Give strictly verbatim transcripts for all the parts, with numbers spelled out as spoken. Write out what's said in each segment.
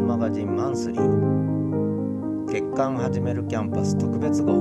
マガジンマンスリー月刊始めるキャンパス特別号。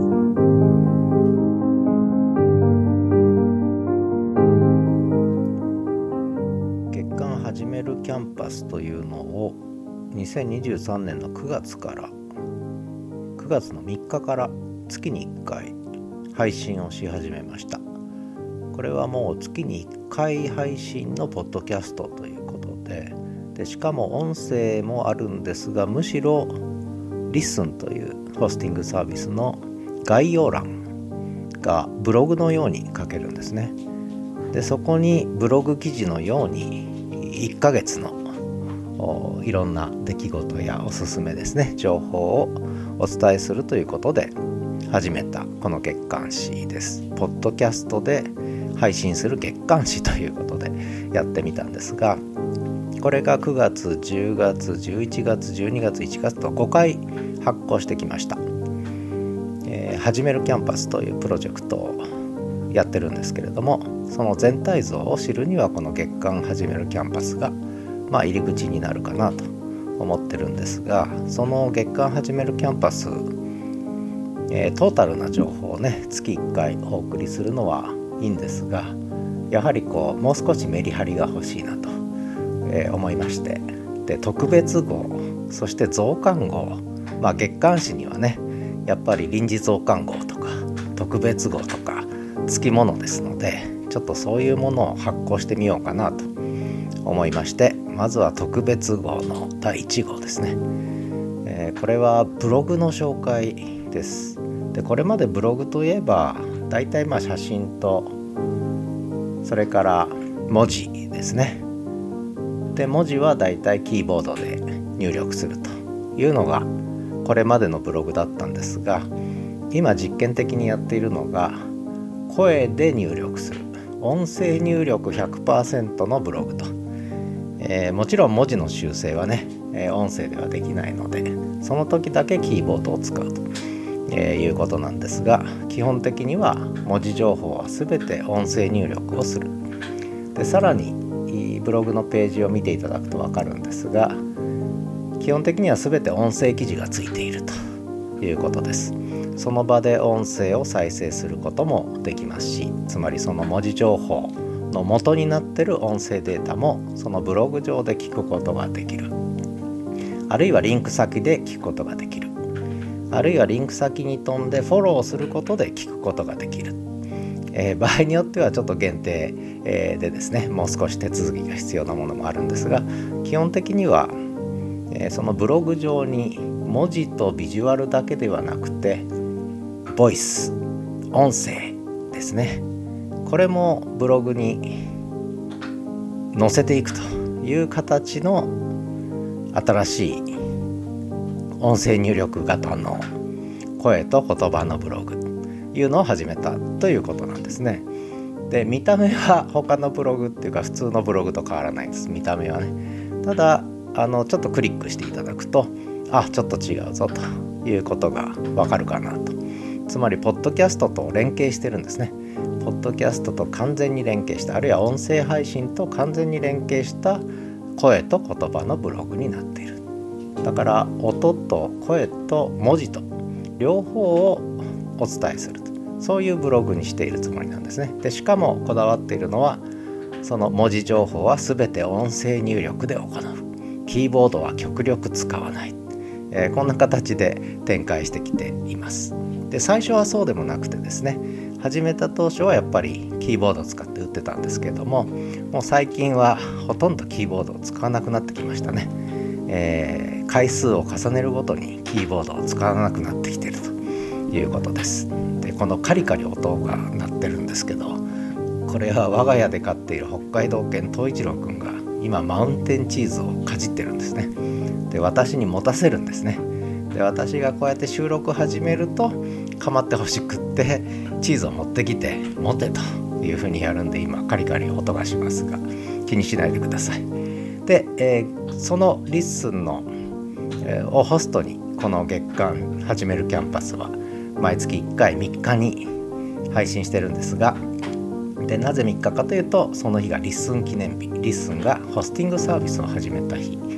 月刊始めるキャンパスというのをにせんにじゅうさんねんのくがつからくがつのみっかから月にいっかい配信をし始めました。これはもう月にいっかい配信のポッドキャストということで、でしかも音声もあるんですが、むしろリッスンというホスティングサービスの概要欄がブログのように書けるんですね。でそこにブログ記事のようにいっかげつのいろんな出来事やおすすめですね、情報をお伝えするということで始めたこの月刊誌です。ポッドキャストで配信する月刊誌ということでやってみたんですが、これがくがつ、じゅうがつ、じゅういちがつ、じゅうにがつ、いちがつとごかい発行してきました。えー、始めるキャンパスというプロジェクトをやってるんですけれども、その全体像を知るにはこの月刊始めるキャンパスがまあ入り口になるかなと思ってるんですが、その月刊始めるキャンパス、えー、トータルな情報をね月いっかいお送りするのはいいんですが、やはりこうもう少しメリハリが欲しいなと、えー、思いまして、で特別号、そして増刊号、まあ月刊誌にはねやっぱり臨時増刊号とか特別号とかつきものですので、ちょっとそういうものを発行してみようかなと思いまして、まずは特別号のだいいち号ですね。えー、これはブログの紹介です。でこれまでブログといえばだいたいまあ写真とそれから文字ですね。で文字はだいたいキーボードで入力するというのがこれまでのブログだったんですが、今実験的にやっているのが声で入力する音声入力 ひゃくパーセント のブログと、えー、もちろん文字の修正はね、えー、音声ではできないので、その時だけキーボードを使うと、えー、いうことなんですが、基本的には文字情報は全て音声入力をする。でさらにブログのページを見ていただくと分かるんですが、基本的には全て音声記事がついているということです。その場で音声を再生することもできますし、つまりその文字情報の元になっている音声データもそのブログ上で聞くことができる、あるいはリンク先で聞くことができる、あるいはリンク先に飛んでフォローすることで聞くことができる、えー、場合によってはちょっと限定、えー、でですね、もう少し手続きが必要なものもあるんですが、基本的には、えー、そのブログ上に文字とビジュアルだけではなくてボイス、音声ですね、これもブログに載せていくという形の新しい音声入力型の声と言葉のブログというのを始めたということなんですね。で見た目は他のブログっていうか普通のブログと変わらないんです。見た目はね。ただあのちょっとクリックしていただくと、あちょっと違うぞということがわかるかなと。つまりポッドキャストと連携してるんですね。ポッドキャストと完全に連携した、あるいは音声配信と完全に連携した声と言葉のブログになっている。だから音と声と文字と両方をお伝えすると、そういうブログにしているつもりなんですね。でしかもこだわっているのは、その文字情報は全て音声入力で行う、キーボードは極力使わない、えー、こんな形で展開してきています。で最初はそうでもなくてですね、始めた当初はやっぱりキーボードを使って打ってたんですけども、もう最近はほとんどキーボードを使わなくなってきましたね。えー、回数を重ねるごとにキーボードを使わなくなってきているということです。でこのカリカリ音が鳴ってるんですけど、これは我が家で飼っている北海道犬東一郎くんが今マウンテンチーズをかじってるんですね。で私に持たせるんですね。で私がこうやって収録始めると構ってほしくってチーズを持ってきて持てというふうにやるんで、今カリカリ音がしますが気にしないでください。で、えー、そのリッスンの、えー、をホストにこの月刊始めるキャンパスは毎月いっかいみっかに配信してるんですが、でなぜみっかかというと、その日がリッスン記念日、リッスンがホスティングサービスを始めた日、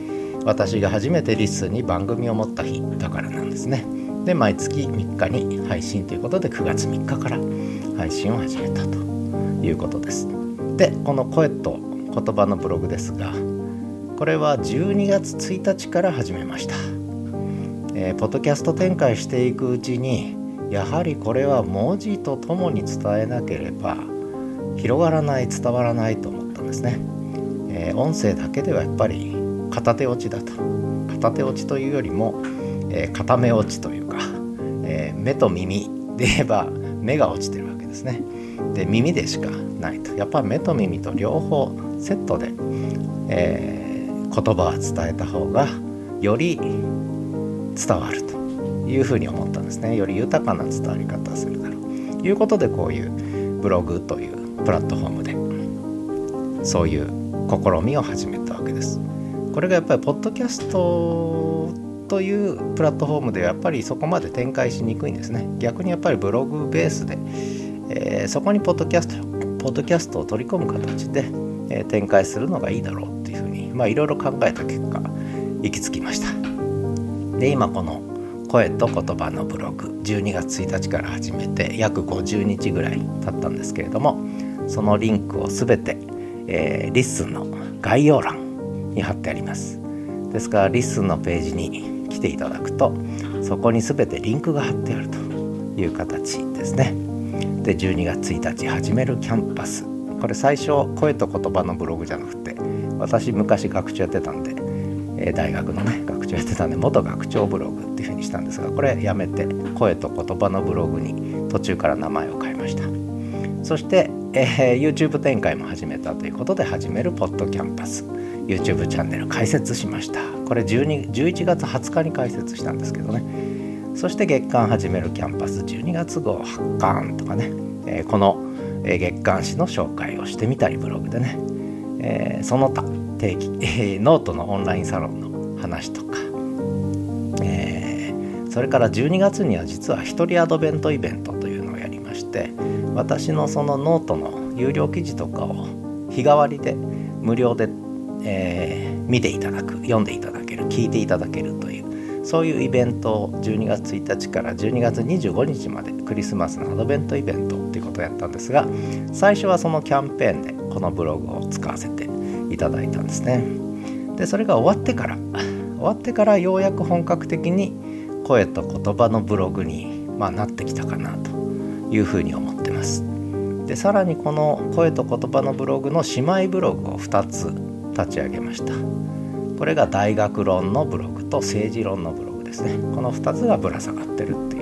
私が初めてリッスンに番組を持った日だからなんですね。で毎月みっかに配信ということでくがつみっかから配信を始めたということです。でこの声と言葉のブログですが、これはじゅうにがつついたちから始めました。えー、ポッドキャスト展開していくうちにやはりこれは文字とともに伝えなければ広がらない、伝わらないと思ったんですね。えー、音声だけではやっぱり片手落ちだと。片手落ちというよりも、えー、片目落ちというか、えー、目と耳で言えば目が落ちてるわけですね。で耳でしかないと。やっぱ目と耳と両方セットで、えー言葉は伝えた方がより伝わるというふうに思ったんですね。より豊かな伝わり方をするだろうということで、こういうブログというプラットフォームでそういう試みを始めたわけです。これがやっぱりポッドキャストというプラットフォームではやっぱりそこまで展開しにくいんですね。逆にやっぱりブログベースで、えー、そこにポッドキャストポッドキャストを取り込む形で、えー、展開するのがいいだろうっていうふうにまあいろいろ考えた結果行き着きました。で今この声と言葉のブログじゅうにがつついたちから始めて約ごじゅうにちぐらい経ったんですけれども、そのリンクをすべて、えー、リッスンの概要欄に貼ってあります。ですからリッスンのページに来ていただくとそこにすべてリンクが貼ってあるという形ですね。でじゅうにがつついたち始めるキャンパス、これ最初声と言葉のブログじゃなくて、私昔学長やってたんで、えー、大学のね学長やってたんで元学長ブログっていうふうにしたんですが、これやめて声と言葉のブログに途中から名前を変えました。そして、えー、YouTube 展開も始めたということで始めるポッドキャンパス YouTube チャンネル開設しました。これじゅうに じゅういちがつはつかに開設したんですけどね。そして月刊始めるキャンパスじゅうにがつ号発刊とかね、えー、この月刊誌の紹介をしてみたりブログでね、えー、その他定期、えー、ノートのオンラインサロンの話とか、えー、それからじゅうにがつには実は一人アドベントイベントというのをやりまして、私のそのノートの有料記事とかを日替わりで無料で、えー、見ていただく、読んでいただける、聞いていただけるという、そういうイベントをじゅうにがつついたちからじゅうにがつにじゅうごにちまでクリスマスのアドベントイベントっていうことをやったんですが、最初はそのキャンペーンでこのブログを使わせていただいたんですね。でそれが終わってから終わってからようやく本格的に声と言葉のブログに、まあ、なってきたかなというふうに思ってます。でさらにこの声と言葉のブログの姉妹ブログをふたつ立ち上げました。これが大学論のブログと政治論のブログですね。このふたつがぶら下がってるっていう、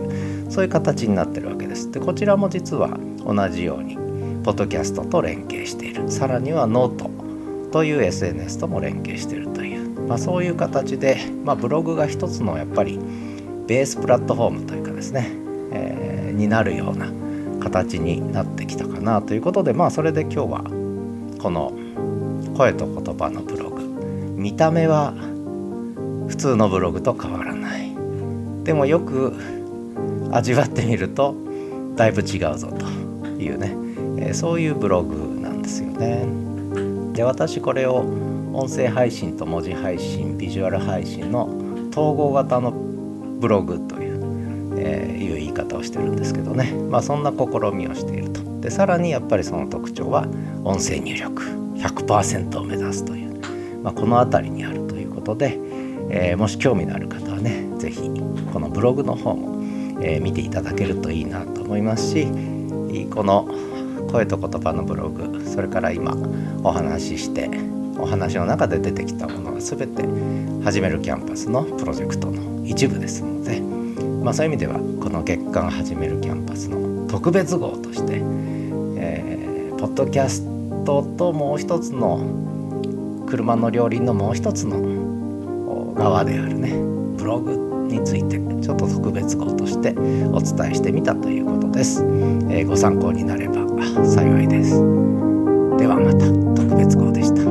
そういう形になってるわけです。でこちらも実は同じようにポッドキャストと連携している、さらにはノートという エスエヌエス とも連携しているという、まあ、そういう形で、まあ、ブログが一つのやっぱりベースプラットフォームというかですね、えー、になるような形になってきたかなということで、まあそれで今日はこの声と言葉のブログ、見た目は普通のブログと変わらない、でもよく味わってみるとだいぶ違うぞというね、えー、そういうブログなんですよね。で私これを音声配信と文字配信、ビジュアル配信の統合型のブログという、えー、いう言い方をしてるんですけどね、まあそんな試みをしていると。でさらにやっぱりその特徴は音声入力 ひゃくパーセント を目指すという、まあ、このあたりにあるということで、えー、もし興味のある方はねぜひこのブログの方も、えー、見ていただけるといいなと思いますし、この声と言葉のブログ、それから今お話ししてお話の中で出てきたものは全て始めるキャンパスのプロジェクトの一部ですので、まあ、そういう意味ではこの月間始めるキャンパスの特別号として、えー、ポッドキャストともう一つの車の両輪のもう一つの側であるねブログについてちょっと特別号としてお伝えしてみたということです。えー、ご参考になれば幸いです。ではまた特別号でした。